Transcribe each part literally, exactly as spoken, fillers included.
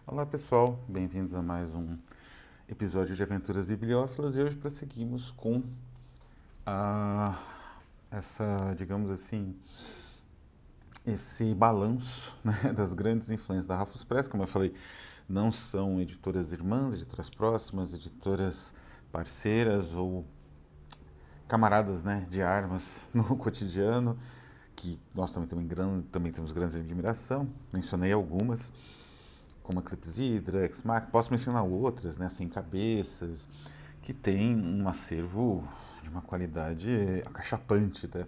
Olá pessoal, bem-vindos a mais um episódio de Aventuras Bibliófilas e hoje prosseguimos com a, essa, digamos assim, esse balanço, né, das grandes influências da Rafus Press. Como eu falei, não são editoras irmãs, editoras próximas, editoras parceiras ou camaradas, né, de armas no cotidiano, que nós também, também, também temos grande admiração. Mencionei algumas, como a Clepsidra, Ex-Machina, posso mencionar outras, né, Sem Cabeças, que tem um acervo de uma qualidade acachapante, tá?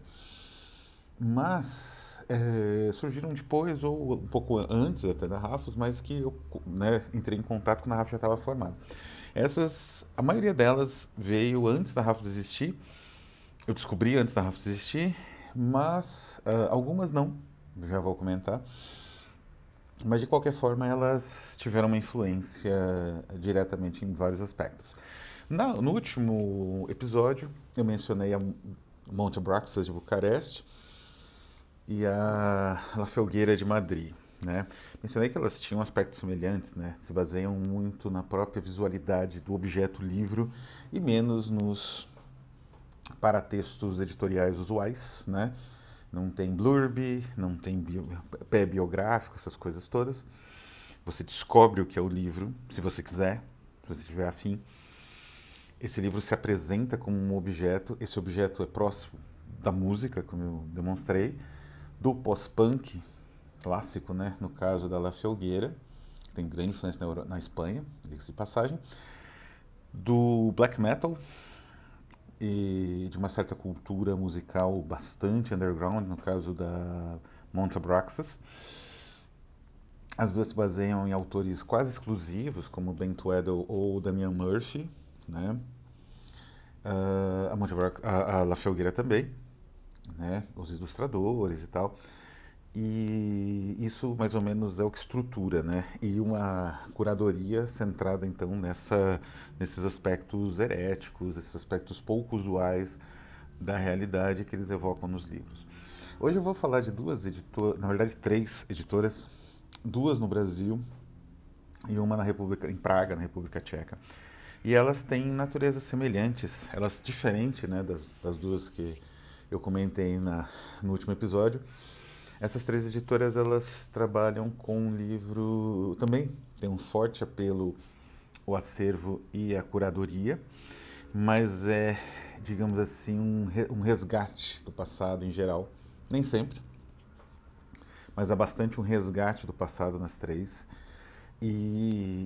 Mas é, surgiram depois, ou um pouco antes até da Rafus, mas que eu, né, entrei em contato quando a Rafus já estava formada. Essas, a maioria delas veio antes da Rafus existir, eu descobri antes da Rafus existir, mas uh, algumas não, já vou comentar. Mas de qualquer forma, elas tiveram uma influência diretamente em vários aspectos. Na, no último episódio, eu mencionei a Monte Abraxas de Bucareste e a La Felgueira de Madrid. Né? Mencionei que elas tinham aspectos semelhantes, né? Se baseiam muito na própria visualidade do objeto livro e menos nos paratextos editoriais usuais, né? Não tem blurb, não tem bio, pé biográfico, essas coisas todas. Você descobre o que é o livro, se você quiser, se você tiver afim. Esse livro se apresenta como um objeto, esse objeto é próximo da música, como eu demonstrei, do pós-punk clássico, né? No caso da La Felgueira, que tem grande influência na, Euro, na Espanha, diga-se de passagem, do black metal, e de uma certa cultura musical bastante underground, no caso da Monte Abraxas. As duas se baseiam em autores quase exclusivos, como Ben Tweddle ou Damian Murphy, né? Uh, a, Monte Abraxas, a, a La Felgueira também, né? Os ilustradores e tal. E isso mais ou menos é o que estrutura, né? E uma curadoria centrada então nessa, nesses aspectos heréticos, esses aspectos pouco usuais da realidade que eles evocam nos livros. Hoje eu vou falar de duas editoras, na verdade três editoras, duas no Brasil e uma na República, em Praga, na República Tcheca. E elas têm naturezas semelhantes, elas diferentes, né, das, das duas que eu comentei na, no último episódio. Essas três editoras, elas trabalham com um livro, também tem um forte apelo ao acervo e à curadoria, mas é, digamos assim, um, um resgate do passado em geral. Nem sempre, mas há bastante um resgate do passado nas três. E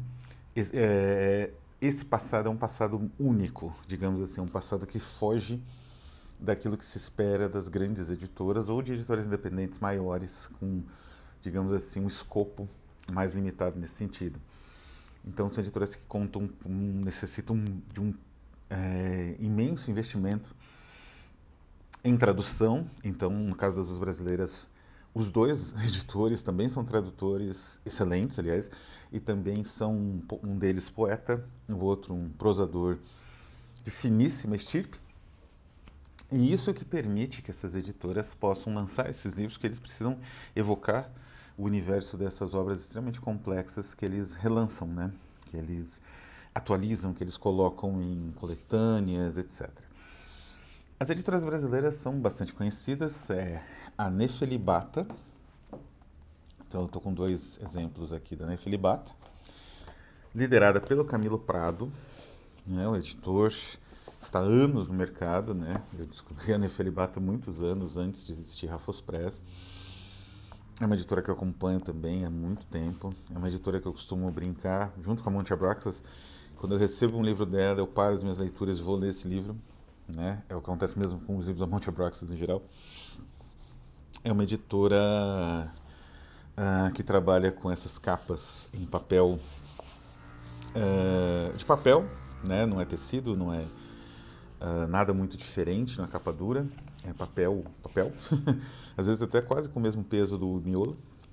é, esse passado é um passado único, digamos assim, um passado que foge daquilo que se espera das grandes editoras ou de editoras independentes maiores, com, digamos assim, um escopo mais limitado nesse sentido. Então, são editoras que contam, um, necessitam de um é, imenso investimento em tradução. Então, no caso das duas brasileiras, os dois editores também são tradutores excelentes, aliás, e também são um deles poeta, o outro um prosador de finíssima estirpe. E isso que permite que essas editoras possam lançar esses livros, que eles precisam evocar o universo dessas obras extremamente complexas que eles relançam, né? Que eles atualizam, que eles colocam em coletâneas, etcétera. As editoras brasileiras são bastante conhecidas, é a Nefelibata, então eu estou com dois exemplos aqui da Nefelibata, liderada pelo Camilo Prado, né, o editor, está há anos no mercado, né? Eu descobri a Nefelibata muitos anos antes de existir Rafus Press. É uma editora que eu acompanho também há muito tempo. É uma editora que eu costumo brincar, junto com a Monte Abraxas. Quando eu recebo um livro dela, eu paro as minhas leituras e vou ler esse livro. Né? É o que acontece mesmo com os livros da Monte Abraxas em geral. É uma editora uh, que trabalha com essas capas em papel, uh, de papel, né? Não é tecido, não é uh, nada muito diferente na capa dura. É papel, papel. Às vezes até quase com o mesmo peso do miolo.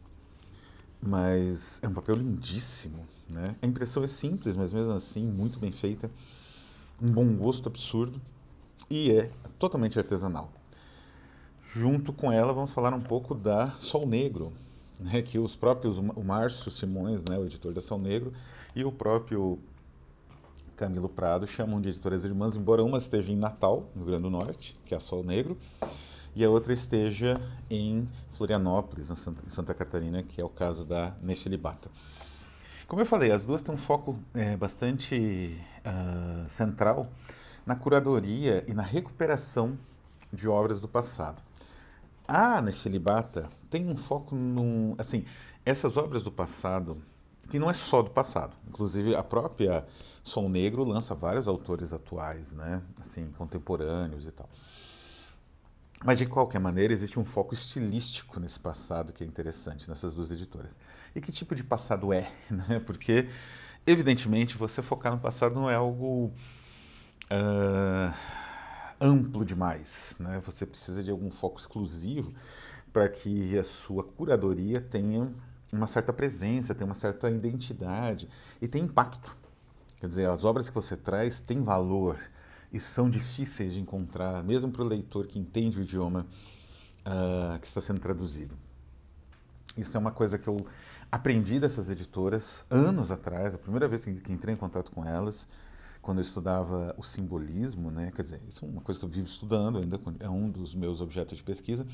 Mas é um papel lindíssimo, né? A impressão é simples, mas mesmo assim muito bem feita. Um bom gosto absurdo. E é totalmente artesanal. Junto com ela, vamos falar um pouco da Sol Negro. né, que os próprios, o Márcio Simões, né, o editor da Sal Negro, e o próprio Camilo Prado chamam de editoras irmãs, embora uma esteja em Natal, no Rio Grande do Norte, que é a Sol Negro, e a outra esteja em Florianópolis, na Santa, em Santa Catarina, que é o caso da Nefilibata. Como eu falei, as duas têm um foco é, bastante uh, central na curadoria e na recuperação de obras do passado. A Nefilibata tem um foco num, assim, essas obras do passado, que não é só do passado, inclusive a própria Som Negro lança vários autores atuais, né, assim, contemporâneos e tal. Mas, de qualquer maneira, existe um foco estilístico nesse passado que é interessante, nessas duas editoras. E que tipo de passado é? Né? Porque, evidentemente, você focar no passado não é algo uh, amplo demais. Né? Você precisa de algum foco exclusivo para que a sua curadoria tenha uma certa presença, tenha uma certa identidade e tenha impacto. Quer dizer, as obras que você traz têm valor e são difíceis de encontrar, mesmo para o leitor que entende o idioma uh, que está sendo traduzido. Isso é uma coisa que eu aprendi dessas editoras anos atrás, a primeira vez que, que entrei em contato com elas, quando eu estudava o simbolismo, né? Quer dizer, isso é uma coisa que eu vivo estudando ainda, é um dos meus objetos de pesquisa.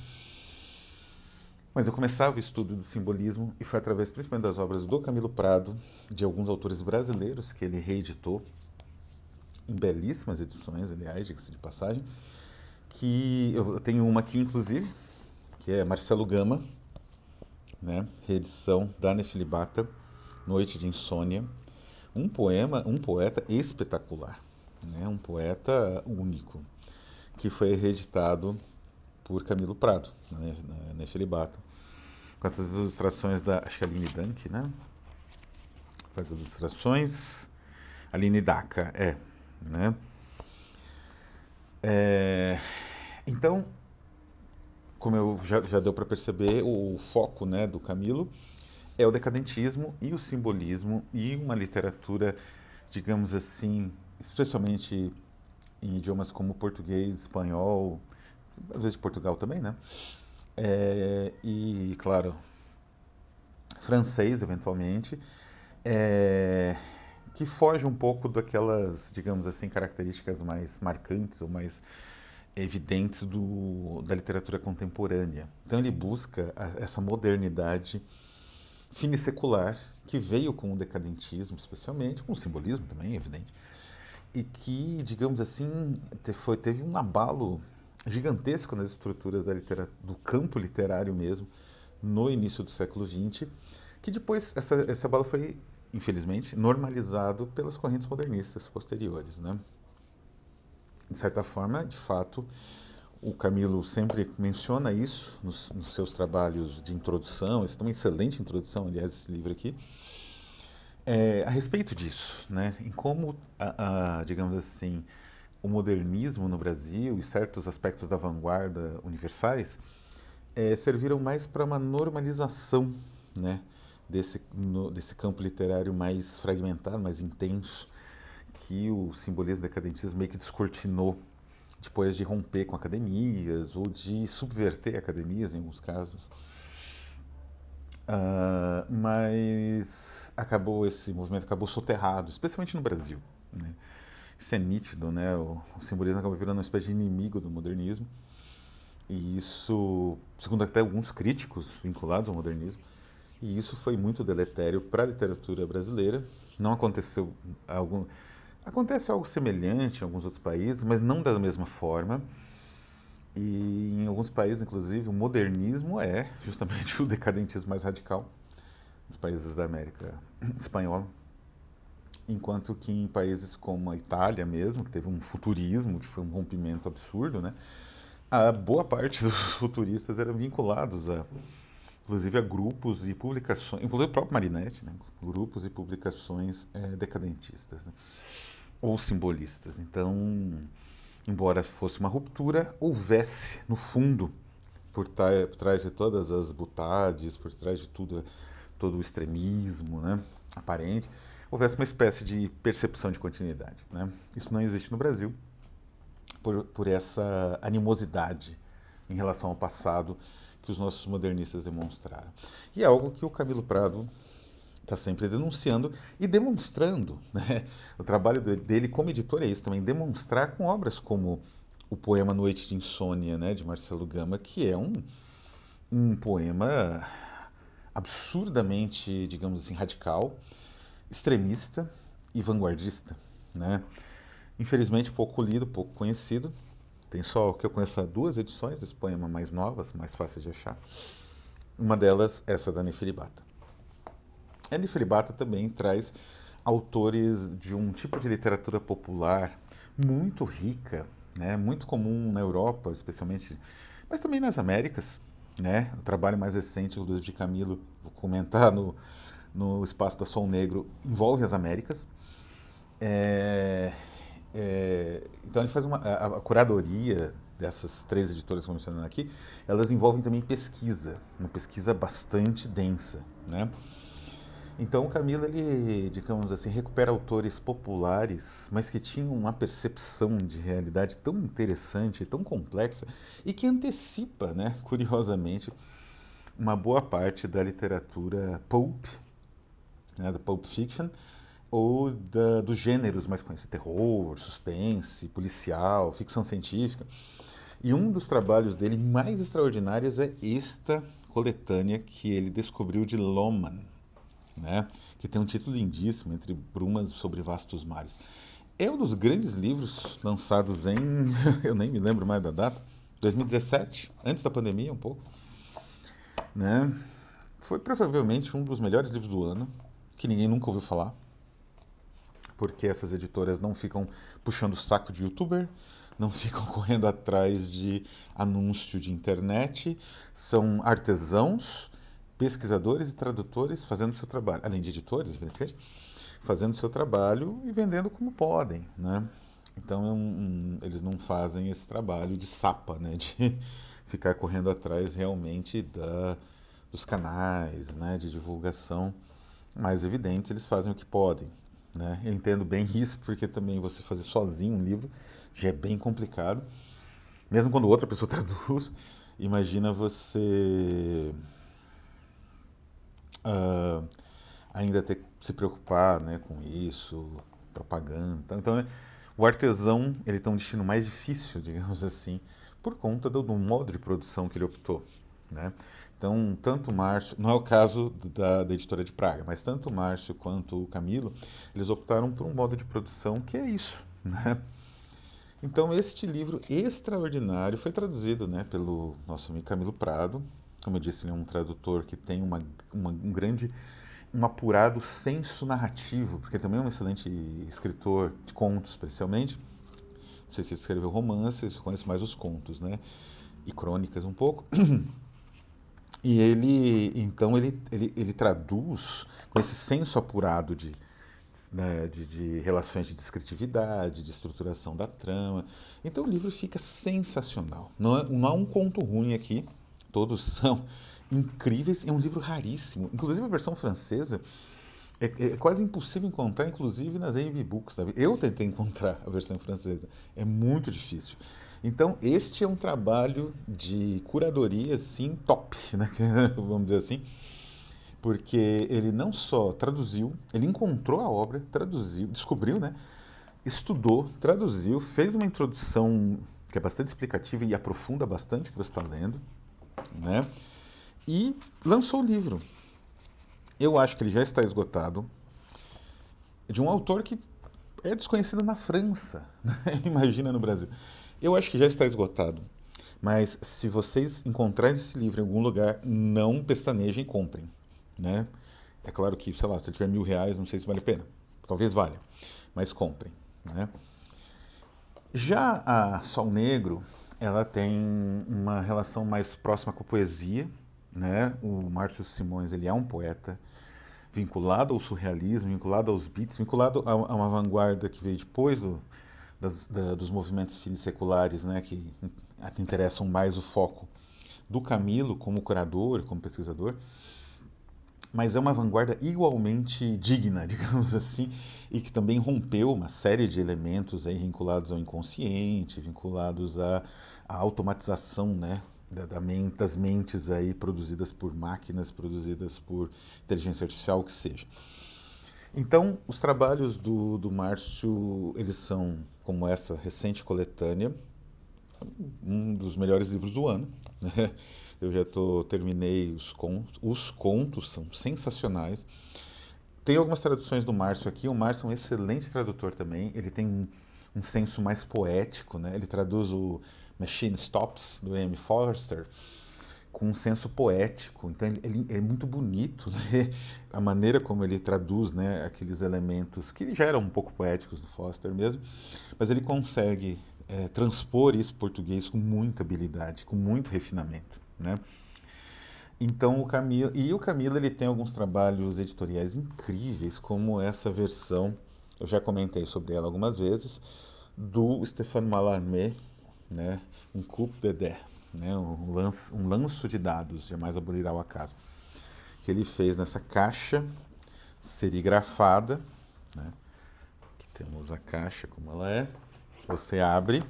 Mas eu começava o estudo do simbolismo e foi através principalmente das obras do Camilo Prado, de alguns autores brasileiros que ele reeditou, em belíssimas edições, aliás, diga-se de passagem, que eu tenho uma aqui, inclusive, que é Marcelo Gama, né, reedição da Nefilibata, Noite de Insônia, um poema, um poeta espetacular, né, um poeta único, que foi reeditado por Camilo Prado, né, na Nefilibata, com essas ilustrações da, acho que é a Aline Danke, né, faz ilustrações, Aline Daca, é, né? É, então, como eu já, já deu para perceber, o, o foco, né, do Camilo é o decadentismo e o simbolismo e uma literatura, digamos assim, especialmente em idiomas como português, espanhol, às vezes Portugal também, né? É, e, claro, francês, eventualmente, é, que foge um pouco daquelas, digamos assim, características mais marcantes ou mais evidentes do, da literatura contemporânea. Então ele busca a, essa modernidade finissecular que veio com o decadentismo, especialmente, com o simbolismo também, é evidente, e que, digamos assim, te, foi, teve um abalo gigantesco nas estruturas da do campo literário mesmo, no início do século vinte, que depois essa, esse abalo foi, infelizmente, normalizado pelas correntes modernistas posteriores, né? De certa forma, de fato, o Camilo sempre menciona isso nos, nos seus trabalhos de introdução, essa é uma excelente introdução, aliás, esse livro aqui, é, a respeito disso, né? Em como, a, a, digamos assim, o modernismo no Brasil e certos aspectos da vanguarda universais é, serviram mais para uma normalização, né, desse, no, desse campo literário mais fragmentado, mais intenso, que o simbolismo decadentismo meio que descortinou depois de romper com academias ou de subverter academias em alguns casos. Uh, mas acabou esse movimento acabou soterrado, especialmente no Brasil, né? Isso é nítido, né? O, o simbolismo acabou virando uma espécie de inimigo do modernismo. E isso, segundo até alguns críticos vinculados ao modernismo, e isso foi muito deletério para a literatura brasileira. Não aconteceu algum, acontece algo semelhante em alguns outros países, mas não da mesma forma. E em alguns países, inclusive, o modernismo é justamente o decadentismo mais radical, nos países da América espanhola. Enquanto que em países como a Itália mesmo, que teve um futurismo, que foi um rompimento absurdo, né? A boa parte dos futuristas eram vinculados a, inclusive, a grupos e publicações, inclusive o próprio Marinetti, né? Grupos e publicações é, decadentistas, né? Ou simbolistas. Então, embora fosse uma ruptura, houvesse, no fundo, por, por trás de todas as butades, por trás de tudo, todo o extremismo, né, aparente, houvesse uma espécie de percepção de continuidade, né? Isso não existe no Brasil, por, por essa animosidade em relação ao passado que os nossos modernistas demonstraram. E é algo que o Camilo Prado está sempre denunciando e demonstrando, né? O trabalho dele como editor é isso também, demonstrar com obras como o poema Noite de Insônia, né, de Marcelo Gama, que é um, um poema absurdamente, digamos assim, radical, extremista e vanguardista, né? Infelizmente pouco lido, pouco conhecido. Tem só o que eu conheço duas edições desse poema mais novas, mais fáceis de achar. Uma delas, essa da Nefelibata. A Nefelibata também traz autores de um tipo de literatura popular muito rica, né? Muito comum na Europa, especialmente, mas também nas Américas, né? O trabalho mais recente do de Camilo, vou comentar no, no Espaço da Sol Negro, envolve as Américas. É, é, então ele faz uma a, a curadoria dessas três editoras que eu mencionando aqui, elas envolvem também pesquisa, uma pesquisa bastante densa, né? Então o Camilo, ele, digamos assim, recupera autores populares, mas que tinham uma percepção de realidade tão interessante, tão complexa, e que antecipa, né, curiosamente, uma boa parte da literatura pulp, né, da pulp fiction, ou da, dos gêneros mais conhecidos, terror, suspense, policial, ficção científica. E um dos trabalhos dele mais extraordinários é esta coletânea que ele descobriu de Loman, né? Que tem um título lindíssimo, Entre Brumas sobre Vastos Mares. É um dos grandes livros lançados em, eu nem me lembro mais da data, dois mil e dezessete, antes da pandemia um pouco, né? Foi provavelmente um dos melhores livros do ano, que ninguém nunca ouviu falar, porque essas editoras não ficam puxando o saco de youtuber, não ficam correndo atrás de anúncio de internet, são artesãos, pesquisadores e tradutores fazendo o seu trabalho, além de editores, evidentemente, fazendo o seu trabalho e vendendo como podem, né? Então um, um, eles não fazem esse trabalho de sapa, né? De ficar correndo atrás realmente da, dos canais, né? De divulgação mais evidentes, eles fazem o que podem, né? Eu entendo bem isso, porque também você fazer sozinho um livro já é bem complicado, mesmo quando outra pessoa traduz. Imagina você uh, ainda ter que se preocupar, né, com isso, propaganda. Então, né, o artesão ele tem um destino mais difícil, digamos assim, por conta do, do modo de produção que ele optou, né? Então, tanto o Márcio, não é o caso da, da editora de Praga, mas tanto o Márcio quanto o Camilo, eles optaram por um modo de produção que é isso, né? Então, este livro extraordinário foi traduzido, né, pelo nosso amigo Camilo Prado. Como eu disse, ele é um tradutor que tem uma, uma, um grande, um apurado senso narrativo, porque também é um excelente escritor de contos, especialmente. Não sei se ele escreveu romances, conhece mais os contos, né, e crônicas um pouco. E ele, então, ele, ele, ele traduz com esse senso apurado de, né, de, de relações de descritividade, de estruturação da trama. Então o livro fica sensacional. Não, é, não há um conto ruim aqui, todos são incríveis. É um livro raríssimo. Inclusive a versão francesa é, é quase impossível encontrar, inclusive nas A B Books. Sabe? Eu tentei encontrar a versão francesa. É muito difícil. Então, este é um trabalho de curadoria, assim, top, né? Vamos dizer assim, porque ele não só traduziu, ele encontrou a obra, traduziu, descobriu, né? Estudou, traduziu, fez uma introdução que é bastante explicativa e aprofunda bastante o que você está lendo, né? E lançou o livro. Eu acho que ele já está esgotado, de um autor que é desconhecido na França, né? Imagina no Brasil. Eu acho que já está esgotado, mas se vocês encontrarem esse livro em algum lugar, não pestanejem e comprem, né? É claro que, sei lá, se tiver mil reais, não sei se vale a pena. Talvez valha, mas comprem, né? Já a Sol Negro, ela tem uma relação mais próxima com a poesia, né? O Márcio Simões, ele é um poeta vinculado ao surrealismo, vinculado aos beats, vinculado a, a uma vanguarda que veio depois do, das, da, dos movimentos filisseculares, né? Que interessam mais o foco do Camilo como curador, como pesquisador, mas é uma vanguarda igualmente digna, digamos assim, e que também rompeu uma série de elementos aí vinculados ao inconsciente, vinculados à, à automatização, né, da, da men- das mentes aí produzidas por máquinas, produzidas por inteligência artificial, o que seja. Então, os trabalhos do, do Márcio, eles são como essa recente coletânea, um dos melhores livros do ano, né? Eu já tô, terminei os contos, os contos são sensacionais. Tem algumas traduções do Márcio aqui, o Márcio é um excelente tradutor também, ele tem um, um senso mais poético, né? Ele traduz o Machine Stops, do A M. Forster, com um senso poético. Então ele, ele é muito bonito, né? A maneira como ele traduz, né, aqueles elementos que já eram um pouco poéticos do Foster mesmo, mas ele consegue é, transpor isso em português com muita habilidade, com muito refinamento, né? Então o Camilo e o Camilo ele tem alguns trabalhos editoriais incríveis, como essa versão, eu já comentei sobre ela algumas vezes, do Stéphane Mallarmé, né, um coup de dés, né, um, lance, um lanço de dados, jamais abolirá o acaso, que ele fez nessa caixa serigrafada, né, que temos a caixa como ela é, você abre,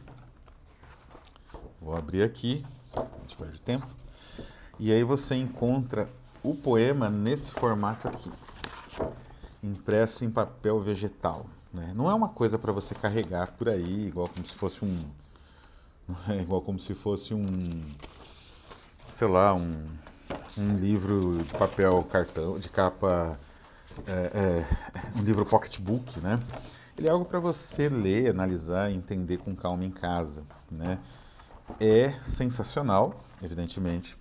vou abrir aqui, a gente perde tempo, e aí você encontra o poema nesse formato aqui, impresso em papel vegetal, né? Não é uma coisa para você carregar por aí, igual como se fosse um, é igual como se fosse um, sei lá, um, um livro de papel cartão, de capa, é, é, um livro pocketbook, né? Ele é algo para você ler, analisar e entender com calma em casa, né? É sensacional, evidentemente.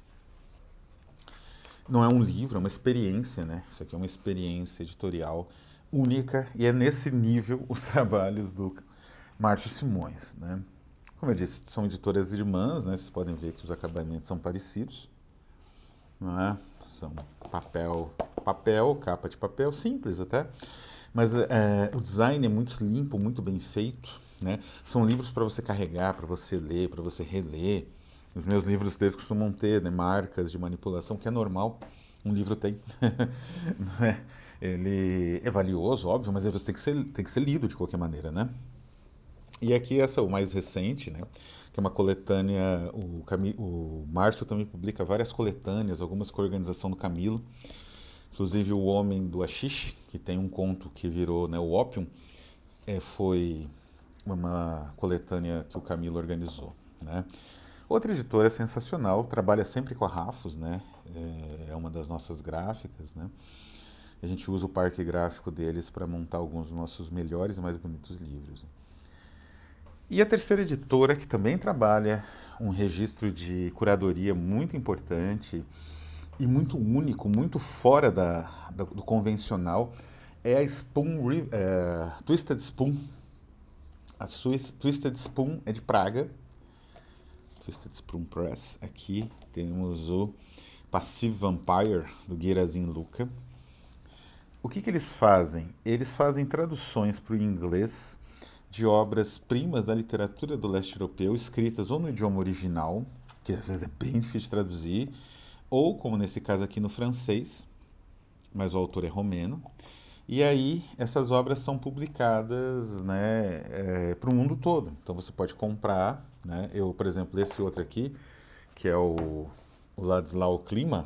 Não é um livro, é uma experiência, né? Isso aqui é uma experiência editorial única e é nesse nível os trabalhos do Márcio Simões, né? Como eu disse, são editoras irmãs, né? Vocês podem ver que os acabamentos são parecidos, não é? São papel, papel, capa de papel, simples até, mas é, o design é muito limpo, muito bem feito, né? São livros para você carregar, para você ler, para você reler. Os meus livros deles costumam ter, né, marcas de manipulação, que é normal, um livro tem. Não é? Ele é valioso, óbvio, mas você tem que ser, tem que ser lido de qualquer maneira, né? E aqui essa, o mais recente, né? Que é uma coletânea, o, Cami, o Márcio também publica várias coletâneas, algumas com a organização do Camilo, inclusive o Homem do Haxixe, que tem um conto que virou, né, o Opium, é, foi uma coletânea que o Camilo organizou, né? Outra editora sensacional, trabalha sempre com a Rafos, né? É uma das nossas gráficas, né? A gente usa o parque gráfico deles para montar alguns dos nossos melhores e mais bonitos livros. E a terceira editora, que também trabalha um registro de curadoria muito importante e muito único, muito fora da, da- do convencional, é a Spoon, Re- é, Twisted Spoon. A Swiss- Twisted Spoon é de Praga. Twisted Spoon Press. Aqui temos o Passive Vampire, do Guirazin Luca. O que que eles fazem? Eles fazem traduções para o inglês de obras-primas da literatura do leste europeu, escritas ou no idioma original, que às vezes é bem difícil de traduzir, ou, como nesse caso aqui, no francês, mas o autor é romeno. E aí, essas obras são publicadas, né, é, para o mundo todo. Então, você pode comprar, né? Eu, por exemplo, esse outro aqui, que é o, o Ladislau Klima,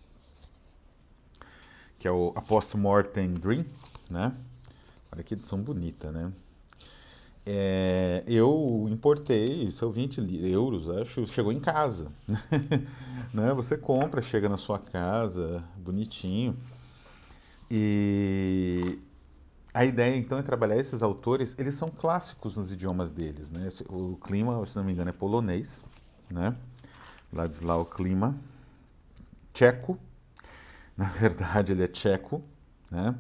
que é o A Post-Mortem Dream, né? Olha que edição bonita, né? É, eu importei, são vinte euros, acho, chegou em casa. Né? Você compra, chega na sua casa, bonitinho. E a ideia então é trabalhar esses autores, eles são clássicos nos idiomas deles, né? O Klima, se não me engano, é polonês, né? Ladislau Klima, tcheco, na verdade ele é tcheco, né?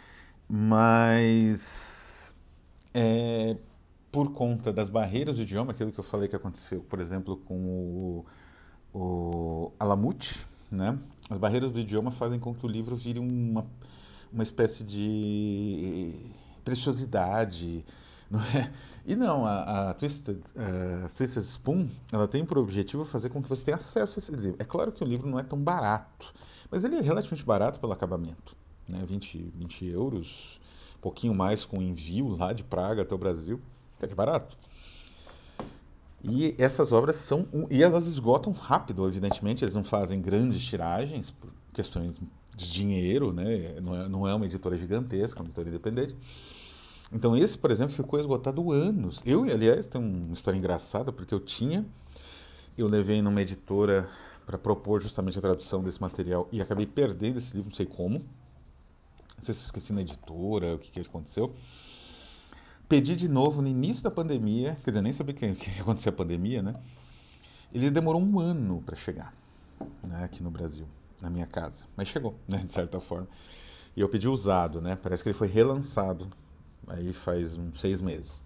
Mas é, por conta das barreiras do idioma, aquilo que eu falei que aconteceu, por exemplo, com o, o Alamut, né? As barreiras do idioma fazem com que o livro vire uma, uma espécie de preciosidade, não é? E não, a, a Twisted, eh, a Twisted Spoon, ela tem por objetivo fazer com que você tenha acesso a esse livro. É claro que o livro não é tão barato, mas ele é relativamente barato pelo acabamento, né? vinte, vinte euros, pouquinho mais com envio lá de Praga até o Brasil, até que é barato. E essas obras são. um- E elas esgotam rápido, evidentemente, eles não fazem grandes tiragens por questões de dinheiro, né? Não é, não é uma editora gigantesca, é uma editora independente. Então, esse, por exemplo, ficou esgotado anos. Eu, aliás, tem uma história engraçada, porque eu tinha, eu levei numa editora para propor justamente a tradução desse material e acabei perdendo esse livro, não sei como. Não sei se eu esqueci na editora, o que, que aconteceu. Pedi de novo no início da pandemia, quer dizer, nem sabia que, que ia acontecer a pandemia, né? Ele demorou um ano para chegar, né, aqui no Brasil, na minha casa. Mas chegou, né, de certa forma. E eu pedi usado, né? Parece que ele foi relançado aí faz uns seis meses.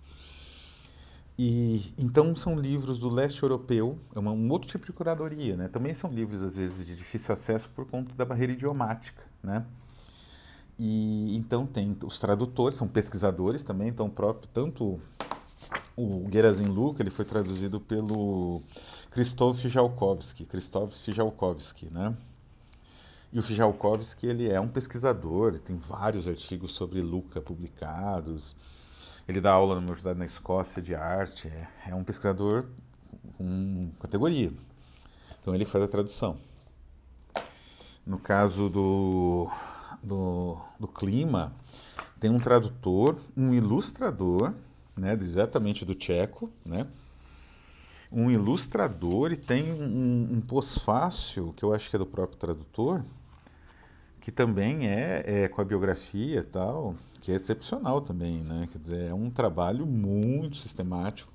E então são livros do leste europeu, é uma- um outro tipo de curadoria, né? Também são livros às vezes de difícil acesso por conta da barreira idiomática, né? E então tem os tradutores, são pesquisadores também, então o próprio tanto o Gerazim Luca, ele foi traduzido pelo Krzysztof Fijalkowski, Krzysztof Fijalkowski, né? E o Fijalkowski, ele é um pesquisador, ele tem vários artigos sobre Luca publicados. Ele dá aula na Universidade na Escócia de arte, é, é um pesquisador com categoria. Então ele faz a tradução. No caso do, do, do clima, tem um tradutor, um ilustrador, né, diretamente do tcheco, né, um ilustrador e tem um, um pós-fácil, que eu acho que é do próprio tradutor, que também é, é com a biografia e tal, que é excepcional também, né? Quer dizer, é um trabalho muito sistemático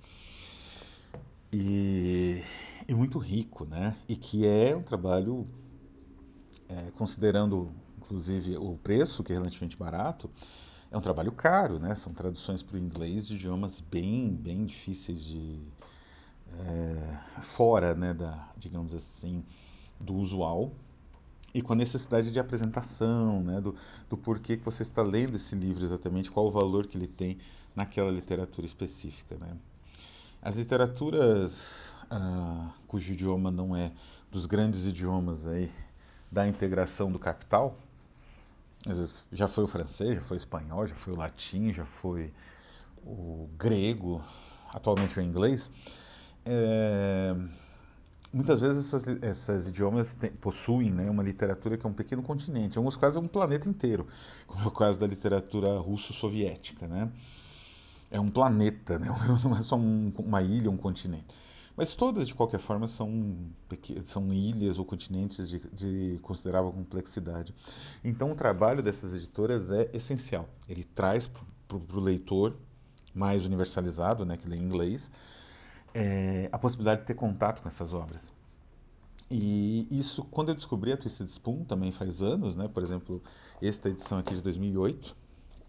e, e muito rico, né? E que é um trabalho, é, considerando inclusive o preço, que é relativamente barato, é um trabalho caro, né? São traduções para o inglês de idiomas bem, bem difíceis de, é, fora, né, da, digamos assim, do usual. E com a necessidade de apresentação, né, do, do porquê que você está lendo esse livro exatamente, qual o valor que ele tem naquela literatura específica, né? As literaturas ah, cujo idioma não é dos grandes idiomas aí da integração do capital, às vezes já foi o francês, já foi o espanhol, já foi o latim, já foi o grego, atualmente o inglês, é, muitas vezes essas, essas idiomas te- possuem, né, uma literatura que é um pequeno continente, em alguns casos é um planeta inteiro, como é o caso da literatura russo-soviética, né? É um planeta, né? Não é só um- uma ilha, um continente. Mas todas, de qualquer forma, são, peque- são ilhas ou continentes de, de considerável complexidade. Então, o trabalho dessas editoras é essencial. Ele traz para o leitor mais universalizado, né, que lê em inglês, é, a possibilidade de ter contato com essas obras. E isso, quando eu descobri a Twisted Spoon, também faz anos, né? Por exemplo, esta edição aqui de dois mil e oito,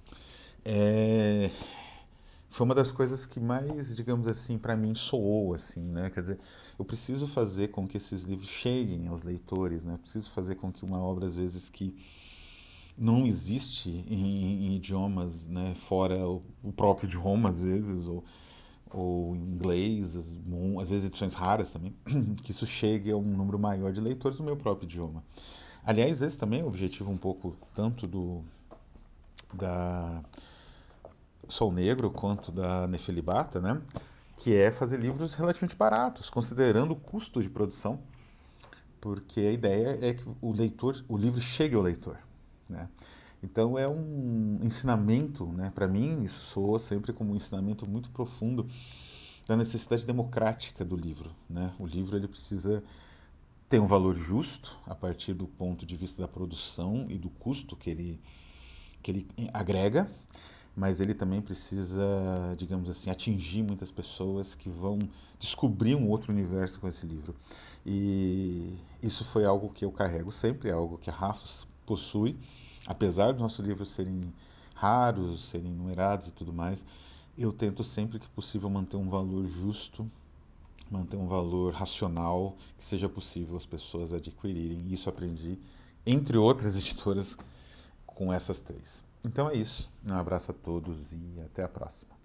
é, foi uma das coisas que mais, digamos assim, para mim soou, assim, né? Quer dizer, eu preciso fazer com que esses livros cheguem aos leitores, né? Preciso fazer com que uma obra, às vezes, que não existe em, em idiomas, né? Fora o, o próprio idioma, às vezes, ou, ou em inglês, às, às vezes edições raras também, que isso chegue a um número maior de leitores do meu próprio idioma. Aliás, esse também é o objetivo um pouco tanto do da Sol Negro quanto da Nefelibata, né? Que é fazer livros relativamente baratos, considerando o custo de produção, porque a ideia é que o leitor, o livro chegue ao leitor, né? Então é um ensinamento, né? Para mim isso soa sempre como um ensinamento muito profundo da necessidade democrática do livro, né? O livro ele precisa ter um valor justo a partir do ponto de vista da produção e do custo que ele que ele agrega, mas ele também precisa, digamos assim, atingir muitas pessoas que vão descobrir um outro universo com esse livro. E isso foi algo que eu carrego sempre, é algo que a Rafos possui, apesar dos nossos livros serem raros, serem numerados e tudo mais, eu tento sempre que possível manter um valor justo, manter um valor racional, que seja possível as pessoas adquirirem. E isso aprendi, entre outras editoras, com essas três. Então é isso. Um abraço a todos e até a próxima.